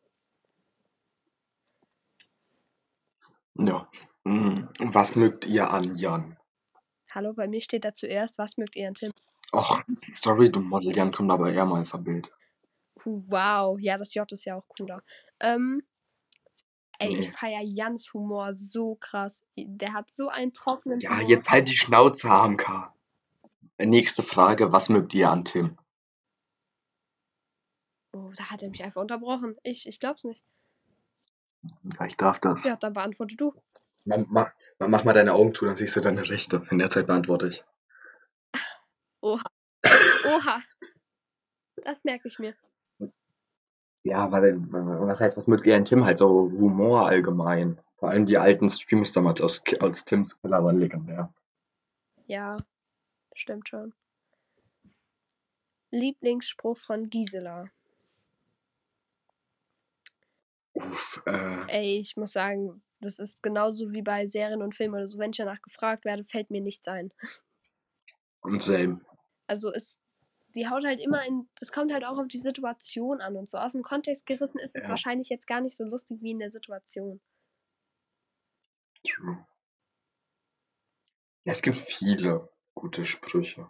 C: Ja. Was mögt ihr an Jan?
B: Hallo, bei mir steht da zuerst, was mögt ihr an Tim?
C: Och, sorry, du Model, Jan kommt aber eher mal Alphabet.
B: Wow, ja, das J ist ja auch cooler. Ey,
C: Nee.
B: ich feier Jans Humor so krass. Der hat so einen trockenen
C: Ja,
B: Humor.
C: jetzt halt die Schnauze, HMK. Nächste Frage, was mögt ihr an Tim?
B: Oh, da hat er mich einfach unterbrochen. Ich glaub's nicht.
C: Ja, ich darf das.
B: Ja, dann beantworte du.
C: Mach mal deine Augen zu, dann siehst du deine Rechte. In der Zeit beantworte ich.
B: Oha. Oha. Das merke ich mir.
C: Ja, was heißt, was mögt ihr an Tim? Halt so Humor allgemein. Vor allem die alten Streams damals als Tims Keller waren legendär.
B: Ja, stimmt schon. Lieblingsspruch von Gisela. Ey, ich muss sagen, das ist genauso wie bei Serien und Filmen oder so. Wenn ich danach gefragt werde, fällt mir nichts ein.
C: Und same.
B: Also es die haut halt immer das kommt halt auch auf die Situation an und so. Aus dem Kontext gerissen ist es
C: Ja.
B: wahrscheinlich jetzt gar nicht so lustig wie in der Situation.
C: True. Ja, es gibt viele gute Sprüche.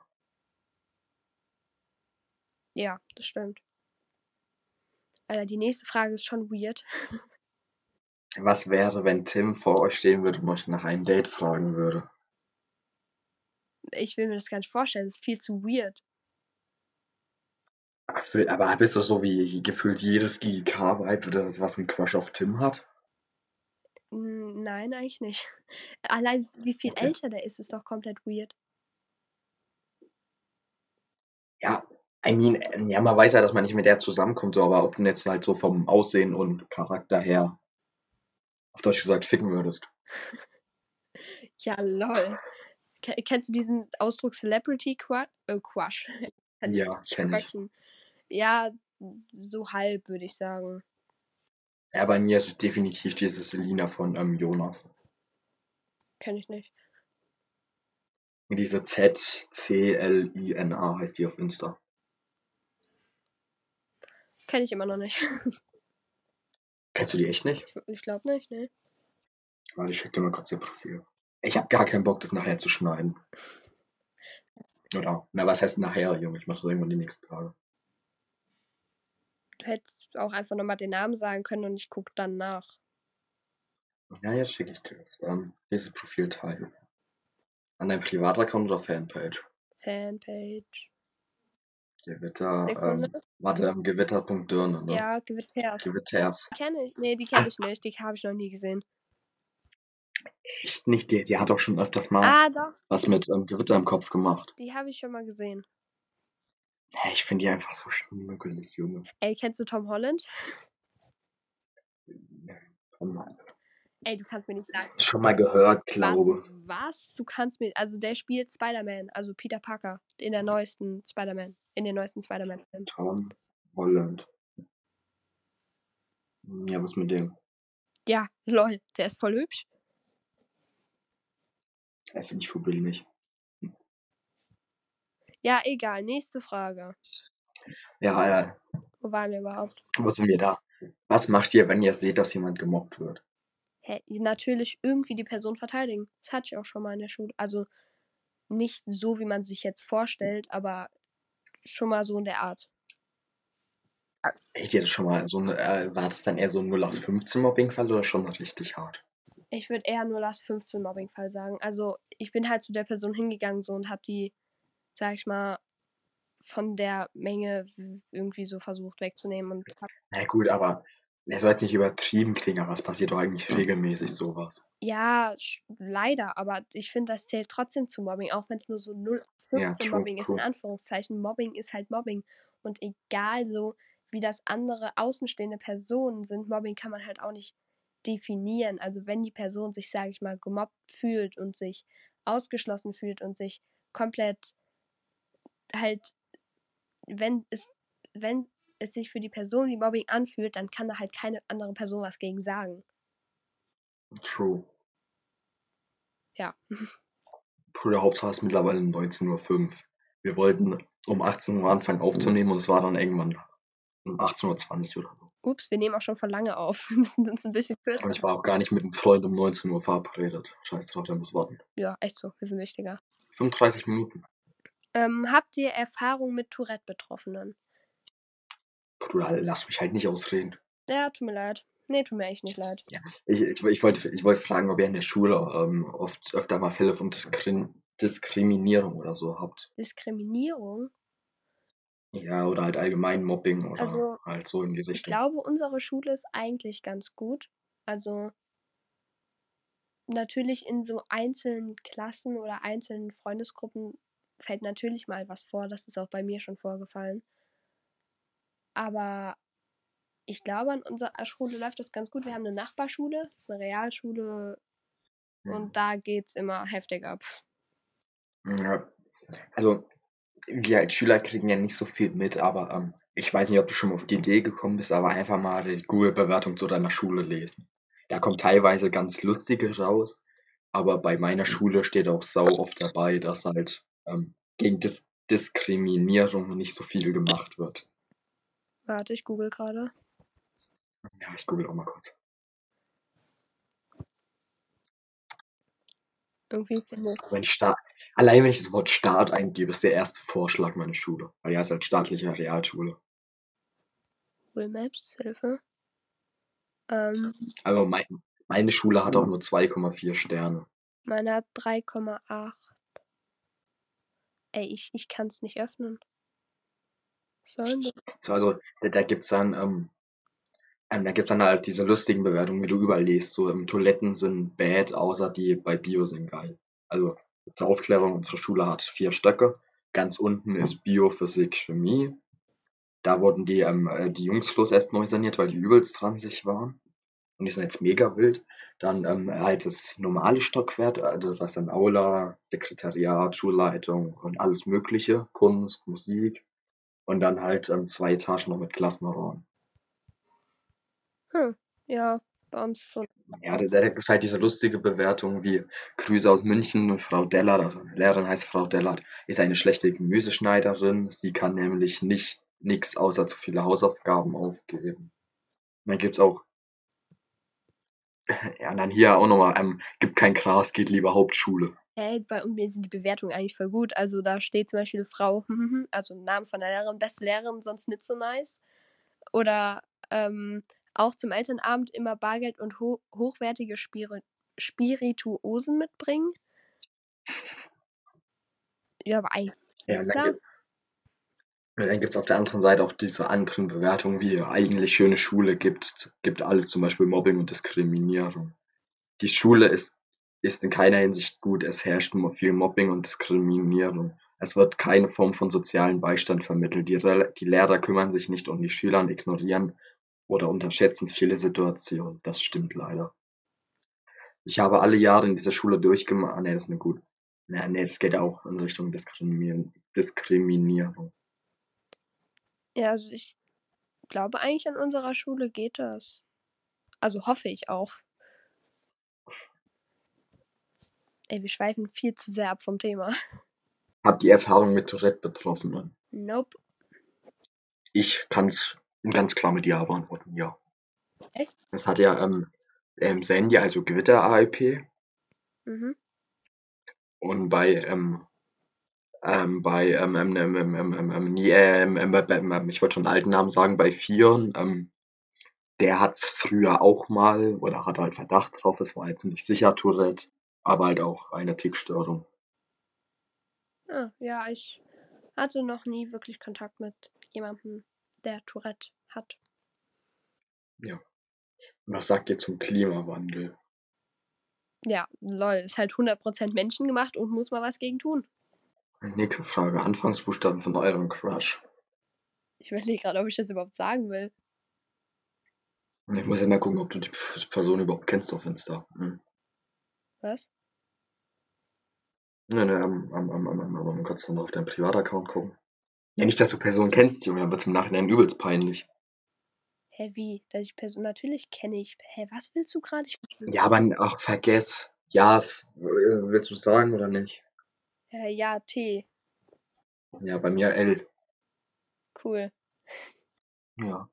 B: Ja, das stimmt. Alter, die nächste Frage ist schon weird.
C: Was wäre, wenn Tim vor euch stehen würde und euch nach einem Date fragen würde?
B: Ich will mir das gar nicht vorstellen, das ist viel zu weird.
C: Aber bist du so wie gefühlt jedes GK-Vibe, das was ein Crush auf Tim hat?
B: Nein, eigentlich nicht. Allein wie viel
C: Okay.
B: älter der ist doch komplett weird.
C: Ja, ja, man weiß ja, dass man nicht mit der zusammenkommt, so, aber ob du ihn jetzt halt so vom Aussehen und Charakter her, auf Deutsch gesagt, ficken würdest.
B: Ja, lol. Kennst du diesen Ausdruck Celebrity Crush? Kann ich
C: Ja,
B: nicht
C: kenn ich.
B: sprechen. Ja, so halb, würde ich sagen.
C: Ja, bei mir ist es definitiv diese Selina von Jonas.
B: Kenn ich nicht.
C: Diese ZCLINA heißt die auf Insta.
B: Kenn ich immer noch nicht.
C: Kennst du die echt nicht?
B: Ich glaube nicht, ne?
C: Warte, ich schick dir mal kurz ihr Profil. Ich hab gar keinen Bock, das nachher zu schneiden. Oder, na, was heißt nachher, Junge? Ich mach das irgendwann die nächsten Tage.
B: Du hättest auch einfach nochmal den Namen sagen können und ich guck dann nach.
C: Ja, jetzt schicke ich dir das. Dieses Profil teilen. An deinem Privataccount oder Fanpage?
B: Fanpage.
C: Gewitter,
B: Sekunde.
C: warte, Gewitter.dirne, ne?
B: Ja, Gewitters.
C: Gewitters.
B: Kenne ich. Nee, die kenne ich nicht. Die habe ich noch nie gesehen.
C: Echt nicht? Die hat auch schon öfters mal
B: Doch.
C: was mit Gewitter im Kopf gemacht.
B: Die habe ich schon mal gesehen.
C: Hä, ich finde die einfach so schnuckelig, Junge.
B: Ey, kennst du Tom Holland? Ey, du kannst mir nicht sagen.
C: Schon mal gehört, glaube.
B: Warte, was? Du kannst mir. Also der spielt Spider-Man, also Peter Parker, in der neuesten Spider-Man. In den neuesten Spider-Man-Filmen.
C: Tom Holland. Ja, was mit dem?
B: Ja, lol, der ist voll hübsch.
C: Finde ich voll nicht.
B: Ja, egal, nächste Frage.
C: Ja,
B: Wo waren wir überhaupt?
C: wo sind wir da? Was macht ihr, wenn ihr seht, dass jemand gemobbt wird?
B: Hä, natürlich irgendwie die Person verteidigen. Das hatte ich auch schon mal in der Schule. Also nicht so, wie man sich jetzt vorstellt, aber schon mal so in der Art.
C: Hättet ihr das schon mal so war das dann eher so ein 0815 Mobbing-Fall oder schon richtig hart?
B: Ich würde eher nur Last 15 Mobbing-Fall sagen. Also ich bin halt zu der Person hingegangen so und habe die, sag ich mal, von der Menge irgendwie so versucht wegzunehmen. Und
C: Na gut, aber er sollte nicht übertrieben klingen, aber es passiert doch eigentlich regelmäßig sowas.
B: ja, leider, aber ich finde, das zählt trotzdem zu Mobbing, auch wenn es nur so 0815 Mobbing ist, in Anführungszeichen. Mobbing ist halt Mobbing. Und egal so, wie das andere außenstehende Personen sind, Mobbing kann man halt auch nicht definieren. Also wenn die Person sich, sage ich mal, gemobbt fühlt und sich ausgeschlossen fühlt und sich komplett halt, wenn es sich für die Person wie Mobbing anfühlt, dann kann da halt keine andere Person was gegen sagen.
C: True.
B: Ja.
C: Bruder, Hauptsache es ist mittlerweile 19:05 Uhr. Wir wollten um 18 Uhr anfangen aufzunehmen und es war dann irgendwann um 18:20 Uhr oder so.
B: Ups, wir nehmen auch schon von lange auf. Wir müssen uns ein bisschen kürzer.
C: Und ich war auch gar nicht mit einem Freund um 19 Uhr verabredet. Scheiß drauf, der muss warten.
B: Ja, echt so. Wir sind wichtiger.
C: 35 Minuten.
B: Habt ihr Erfahrung mit Tourette-Betroffenen?
C: Bruder, lass mich halt nicht ausreden.
B: Ja, tut mir leid. Nee, tut mir echt nicht leid.
C: Ja, ich wollte fragen, ob ihr in der Schule öfter mal Fälle von Diskriminierung oder so habt.
B: Diskriminierung?
C: Ja, oder halt allgemein Mobbing oder
B: Also,
C: halt so in die
B: ich
C: Richtung.
B: glaube, unsere Schule ist eigentlich ganz gut. Also, natürlich in so einzelnen Klassen oder einzelnen Freundesgruppen fällt natürlich mal was vor. Das ist auch bei mir schon vorgefallen. Aber ich glaube, an unserer Schule läuft das ganz gut. Wir haben eine Nachbarschule, das ist eine Realschule und da geht's immer heftig ab.
C: Ja, also wir als Schüler kriegen ja nicht so viel mit, aber ich weiß nicht, ob du schon mal auf die Idee gekommen bist, aber einfach mal die Google-Bewertung zu deiner Schule lesen. Da kommt teilweise ganz Lustige raus, aber bei meiner Schule steht auch sau oft dabei, dass halt gegen Diskriminierung nicht so viel gemacht wird.
B: Warte, ich google gerade.
C: Ja, ich google auch mal kurz.
B: Irgendwie finde ich.
C: Allein wenn ich das Wort Staat eingebe, ist der erste Vorschlag meine Schule. Weil die heißt halt staatliche Realschule.
B: Google Maps, Hilfe. Ähm,
C: Also meine Schule hat auch nur 2,4 Sterne.
B: meine hat 3,8. Ey, ich kann es nicht öffnen. Was soll denn das?
C: So, also da gibt's dann halt diese lustigen Bewertungen, wie du überall liest. So Toiletten sind bad, außer die bei Bio sind geil. Also zur Aufklärung, unsere Schule hat 4 Stöcke. Ganz unten ist Bio, Physik, Chemie. Da wurden die Jungsklos erst neu saniert, weil die übelst ranzig waren. Und die sind jetzt mega wild. Dann halt das normale Stockwerk, also was dann Aula, Sekretariat, Schulleitung und alles Mögliche, Kunst, Musik. Und dann halt 2 Etagen noch mit Klassenraum.
B: Ja, bei uns so.
C: Ja, da gibt's halt diese lustige Bewertung wie Grüße aus München, Frau Dellert, also eine Lehrerin heißt Frau Dellert, ist eine schlechte Gemüseschneiderin. Sie kann nämlich nichts außer zu viele Hausaufgaben aufgeben. Und dann gibt's auch, ja, und dann hier auch nochmal, gibt kein Gras, geht lieber Hauptschule.
B: Bei mir sind die Bewertungen eigentlich voll gut. Also da steht zum Beispiel Frau, also Namen von der Lehrerin, beste Lehrerin, sonst nicht so nice. Oder auch zum Elternabend immer Bargeld und hochwertige Spirituosen mitbringen. Ja, aber eigentlich
C: Ja,
B: ist
C: und
B: klar.
C: dann gibt's auf der anderen Seite auch diese anderen Bewertungen, wie eigentlich schöne Schule gibt alles, zum Beispiel Mobbing und Diskriminierung. Die Schule ist in keiner Hinsicht gut. Es herrscht viel Mobbing und Diskriminierung. Es wird keine Form von sozialen Beistand vermittelt. Die Lehrer kümmern sich nicht um die Schüler und ignorieren oder unterschätzen viele Situationen. Das stimmt leider. Ich habe alle Jahre in dieser Schule durchgemacht. Nee, das ist nicht gut. Nee, das geht auch in Richtung Diskriminierung.
B: Ja, also ich glaube eigentlich an unserer Schule geht das. Also hoffe ich auch. Ey, wir schweifen viel zu sehr ab vom Thema.
C: Habt ihr Erfahrung mit Tourette-Betroffenen?
B: Nope.
C: Ich kann es ganz klar mit Ja beantworten, ja.
B: Echt?
C: Das hat ja Sandy, also Gewitter-AIP.
B: Mhm.
C: Und bei ich wollte schon einen alten Namen sagen, bei Vieren, der hat's früher auch mal oder hat halt Verdacht drauf, es war jetzt nicht sicher Tourette, aber halt auch eine Tickstörung.
B: Ja, ich hatte noch nie wirklich Kontakt mit jemandem, der Tourette hat.
C: Ja. Was sagt ihr zum Klimawandel?
B: Ja, lol, ist halt 100% menschengemacht und muss mal was gegen tun.
C: Nächste Frage. Anfangsbuchstaben von eurem Crush.
B: Ich überlege gerade, ob ich das überhaupt sagen will.
C: Ich muss ja mal gucken, ob du die Person überhaupt kennst auf Insta.
B: Was?
C: Ne, kannst du noch auf deinen Privataccount gucken. Ja, nicht, dass du Personen kennst, Junge, dann wird's im Nachhinein übelst peinlich.
B: Hä, wie? Dass ich Person natürlich kenne ich. Hä, was willst du gerade?
C: Ja, aber ach, vergess. Ja, willst du sagen oder nicht?
B: Ja, T.
C: Ja, bei mir L.
B: Cool.
C: Ja.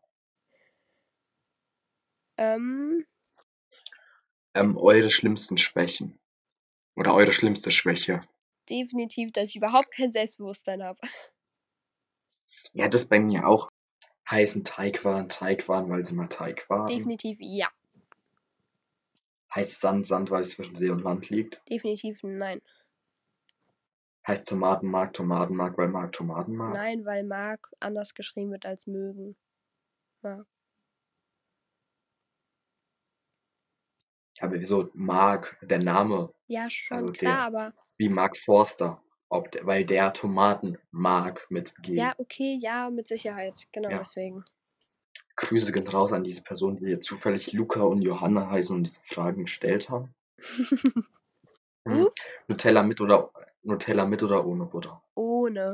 C: Eure schlimmsten Schwächen. Oder eure schlimmste Schwäche.
B: Definitiv, dass ich überhaupt kein Selbstbewusstsein habe.
C: Ja, das bei mir auch. Heißen Teigwaren, weil sie mal Teig waren.
B: Definitiv ja.
C: Heißt Sand, weil es zwischen See und Land liegt.
B: Definitiv nein.
C: Heißt Tomatenmark, weil Mark Tomaten mag.
B: Nein, weil mag anders geschrieben wird als mögen. Ja.
C: Aber wieso Mark, der Name?
B: Ja, schon,
C: Also
B: klar, aber.
C: Wie Mark Forster. Weil der Tomaten mag mit G.
B: Ja, okay, ja, mit Sicherheit. Genau
C: Ja.
B: deswegen.
C: Grüße gehen raus an diese Personen, die zufällig Luca und Johanna heißen und diese Fragen gestellt haben. Nutella mit oder ohne Butter?
B: Ohne.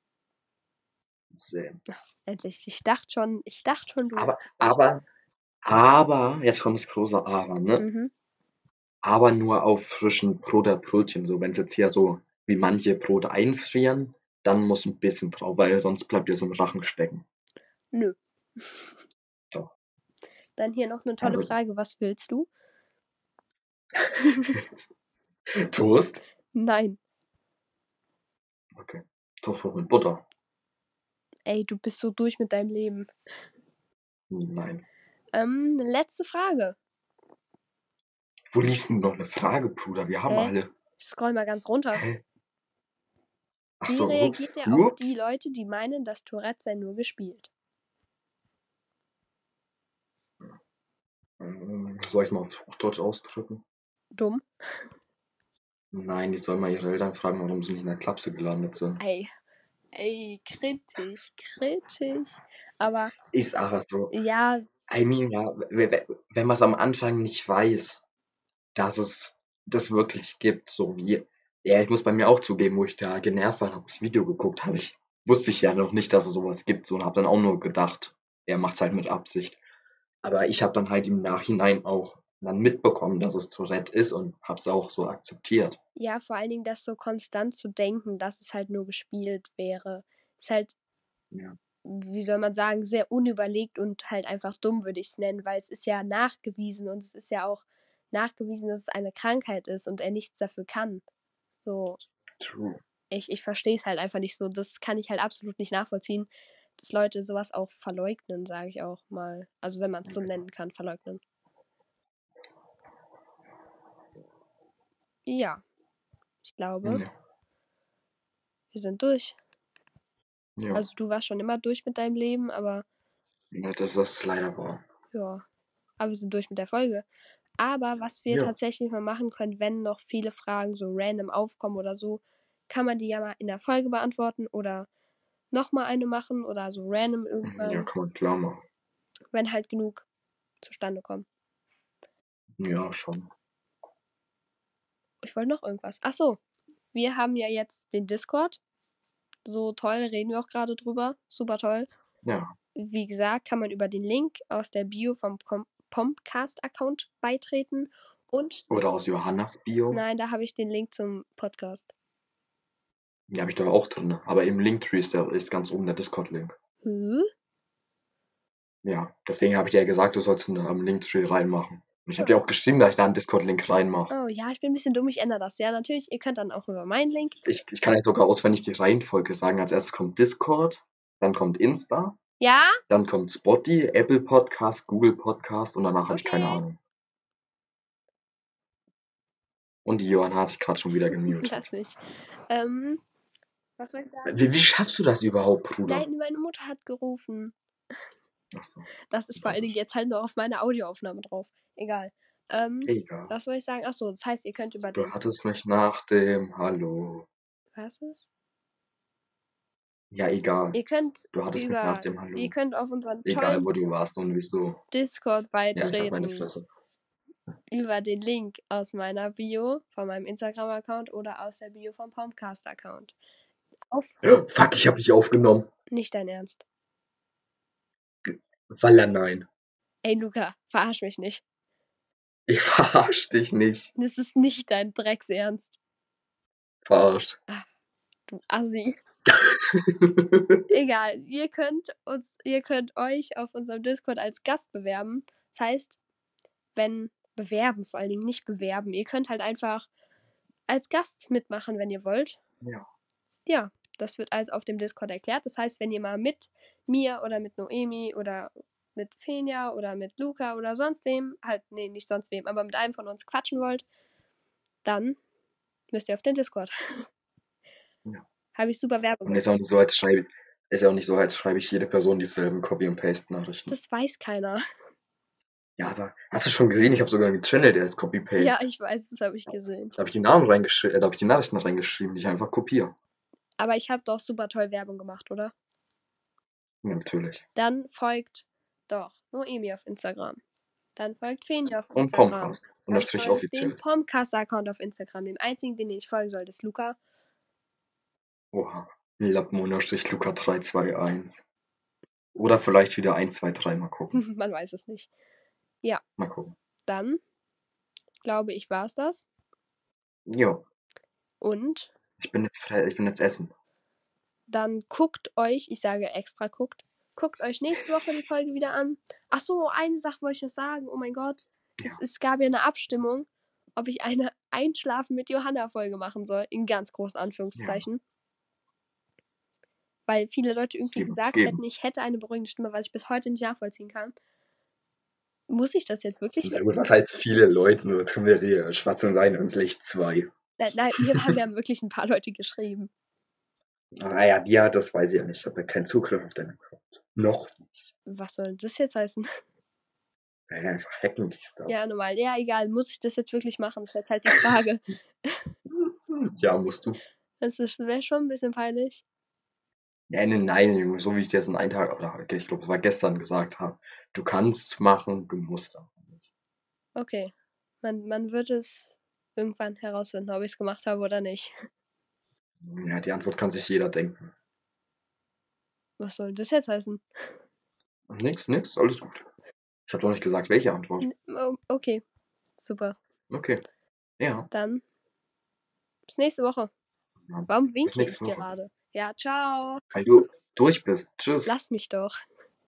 C: Same.
B: Endlich. Ich dachte schon, du.
C: Aber, jetzt kommt das große Aber, ne?
B: Mhm.
C: Aber nur auf frischen Brot oder Brötchen. So, wenn es jetzt hier so, wie manche Brote einfrieren, dann muss ein bisschen drauf, weil sonst bleibt ihr so im Rachen stecken.
B: Nö.
C: Doch.
B: Dann hier noch eine tolle
C: Aber-
B: Frage. Was willst du?
C: Toast?
B: Nein.
C: Okay. Toastbrot mit Butter?
B: Ey, du bist so durch mit deinem Leben.
C: Nein.
B: Eine letzte Frage.
C: Wo liest denn noch eine Frage, Bruder? Wir haben alle.
B: Ich scroll mal ganz runter.
C: Hä? Ach
B: Wie
C: so,
B: reagiert
C: ups.
B: er auf die Leute, die meinen, dass Tourette sei nur gespielt?
C: Soll ich mal auf Hochdeutsch ausdrücken?
B: Dumm.
C: Nein, die sollen mal ihre Eltern fragen, warum sie nicht in der Klapse gelandet sind.
B: Ey, kritisch. Aber
C: Ist aber so.
B: ja,
C: I mean, ja, wenn man es am Anfang nicht weiß, dass es das wirklich gibt, so wie, ja, ich muss bei mir auch zugeben, wo ich da genervt war, habe das Video geguckt, wusste ich ja noch nicht, dass es sowas gibt, so, und habe dann auch nur gedacht, er macht's halt mit Absicht. Aber ich habe dann halt im Nachhinein auch dann mitbekommen, dass es Tourette ist und habe es auch so akzeptiert.
B: ja, vor allen Dingen das so konstant zu denken, dass es halt nur gespielt wäre, ist halt,
C: Ja.
B: wie soll man sagen, sehr unüberlegt und halt einfach dumm, würde ich es nennen, weil es ist ja nachgewiesen und es ist ja auch nachgewiesen, dass es eine Krankheit ist und er nichts dafür kann. So,
C: True.
B: ich verstehe es halt einfach nicht so. Das kann ich halt absolut nicht nachvollziehen, dass Leute sowas auch verleugnen, sage ich auch mal. Also wenn man es so nennen kann, verleugnen. Ja, ich glaube,
C: Ja.
B: wir sind durch.
C: Ja.
B: Also du warst schon immer durch mit deinem Leben, aber
C: Ja, das ist leider wahr.
B: ja, aber wir sind durch mit der Folge. Aber was wir
C: Ja.
B: tatsächlich mal machen können, wenn noch viele Fragen so random aufkommen oder so, kann man die ja mal in der Folge beantworten oder nochmal eine machen oder so random irgendwann,
C: Ja, kann man klar machen.
B: wenn halt genug zustande kommen.
C: Ja, schon.
B: Ich wollte noch irgendwas. Ach so, wir haben ja jetzt den Discord. So toll, reden wir auch gerade drüber. Super toll.
C: Ja.
B: Wie gesagt, kann man über den Link aus der Bio vom Pomcast-Account beitreten. Und
C: Oder aus Johannas Bio.
B: nein, da habe ich den Link zum Podcast.
C: Die habe ich doch auch drin. Aber im Linktree ist ganz oben der Discord-Link. Ja, deswegen habe ich dir ja gesagt, du sollst ihn am Linktree reinmachen. Und ich habe dir auch geschrieben, dass ich da einen Discord-Link reinmache.
B: Oh ja, ich bin ein bisschen dumm, ich ändere das. Ja, natürlich, ihr könnt dann auch über meinen Link.
C: Ich kann jetzt sogar auswendig die Reihenfolge sagen. Als erstes kommt Discord, dann kommt Insta,
B: Ja?
C: dann kommt Spotify, Apple Podcast, Google Podcast und danach habe ich keine
B: Okay.
C: Ahnung. Und die Johanna hat sich gerade schon wieder gemutet.
B: Lass mich. Was soll ich sagen?
C: Wie schaffst du das überhaupt, Bruder?
B: Nein, meine Mutter hat gerufen.
C: Ach so,
B: Das ist vor allen Dingen jetzt halt nur auf meiner Audioaufnahme drauf. Egal.
C: egal.
B: Was wollte ich sagen? Achso, das heißt, ihr könnt über
C: Du
B: den.
C: hattest mich nach dem Hallo.
B: Was ist?
C: Ja, egal.
B: Ihr könnt
C: Du hattest mich nach dem Hallo.
B: Ihr könnt auf unseren
C: Egal,
B: tollen
C: wo du warst und wieso.
B: Discord
C: Ja, ich hab meine
B: beitreten.
C: Fresse.
B: Über den Link aus meiner Bio, von meinem Instagram-Account oder aus der Bio vom Pomcast-Account.
C: Fuck, ich hab dich aufgenommen.
B: Nicht dein Ernst.
C: Walla, nein.
B: Ey, Luca, verarsch mich nicht.
C: Ich verarsch dich nicht.
B: Das ist nicht dein Drecksernst.
C: Verarscht.
B: Du Assi. Egal, ihr könnt euch auf unserem Discord als Gast bewerben. Das heißt, bewerben, vor allen Dingen nicht bewerben. Ihr könnt halt einfach als Gast mitmachen, wenn ihr wollt.
C: Ja.
B: Ja, das wird alles auf dem Discord erklärt. Das heißt, wenn ihr mal mit mir oder mit Noemi oder mit Fenja oder mit Luca oder sonst wem, nicht sonst wem, aber mit einem von uns quatschen wollt, dann müsst ihr auf den Discord.
C: Ja.
B: Habe ich super Werbung
C: Und
B: gemacht.
C: ist auch nicht so, als schreibe ich jede Person dieselben Copy- und Paste-Nachrichten.
B: Das weiß keiner.
C: Ja, aber hast du schon gesehen? Ich habe sogar einen Channel, der ist Copy-Paste.
B: Ja, ich weiß, das habe ich gesehen.
C: Da habe ich die Nachrichten reingeschrieben, die ich einfach kopiere.
B: Aber ich habe doch super toll Werbung gemacht, oder?
C: Ja, natürlich.
B: Dann folgt doch Noemi auf Instagram. Dann folgt Fenja auf
C: Und
B: Instagram.
C: Pomcast.
B: Dann
C: Unterstrich
B: folgt
C: offiziell.
B: dem Pomcast-Account auf Instagram. Dem einzigen, den ich folgen sollte, ist Luca.
C: Oha. Lappen-Luca321. Oder vielleicht wieder 1, 2, 3. Mal gucken.
B: Man weiß es nicht.
C: Mal gucken.
B: Dann, glaube ich, war es das.
C: Jo.
B: Und
C: Ich bin jetzt essen.
B: dann guckt euch, ich sage extra guckt euch nächste Woche die Folge wieder an. Ach so, eine Sache wollte ich noch sagen. Oh mein Gott. Es gab ja eine Abstimmung, ob ich eine Einschlafen mit Johanna-Folge machen soll. In ganz großen Anführungszeichen. Weil viele Leute irgendwie gesagt hätten, ich hätte eine beruhigende Stimme, was ich bis heute nicht nachvollziehen kann. Muss ich das jetzt wirklich?
C: Ja gut, was heißt viele Leute? Jetzt kommen wir hier Schwarz und Sein ins Licht 2.
B: Nein, mir haben ja wirklich ein paar Leute geschrieben.
C: Ah ja, das weiß ich ja nicht. Ich habe ja keinen Zugriff auf deinen Account. Noch nicht.
B: Was soll das jetzt heißen?
C: Ja, einfach hacken die das.
B: Ja, normal. Ja, egal. Muss ich das jetzt wirklich machen? Das ist jetzt halt die Frage.
C: Ja, musst du.
B: Das wäre schon ein bisschen peinlich.
C: Nein, Junge, so wie ich dir das in einem Tag, oder ich glaube, es war gestern gesagt habe. Du kannst machen, du musst aber nicht.
B: Okay. Man wird es irgendwann herausfinden, ob ich es gemacht habe oder nicht.
C: Ja, die Antwort kann sich jeder denken.
B: Was soll das jetzt heißen?
C: Nix, alles gut. Ich habe doch nicht gesagt, welche Antwort.
B: Okay, super.
C: Okay, ja.
B: Dann bis nächste Woche.
C: Ja,
B: Warum
C: bis
B: winke ich
C: nächste Woche.
B: gerade? Ja, ciao.
C: Weil du durch bist. Tschüss.
B: Lass mich doch.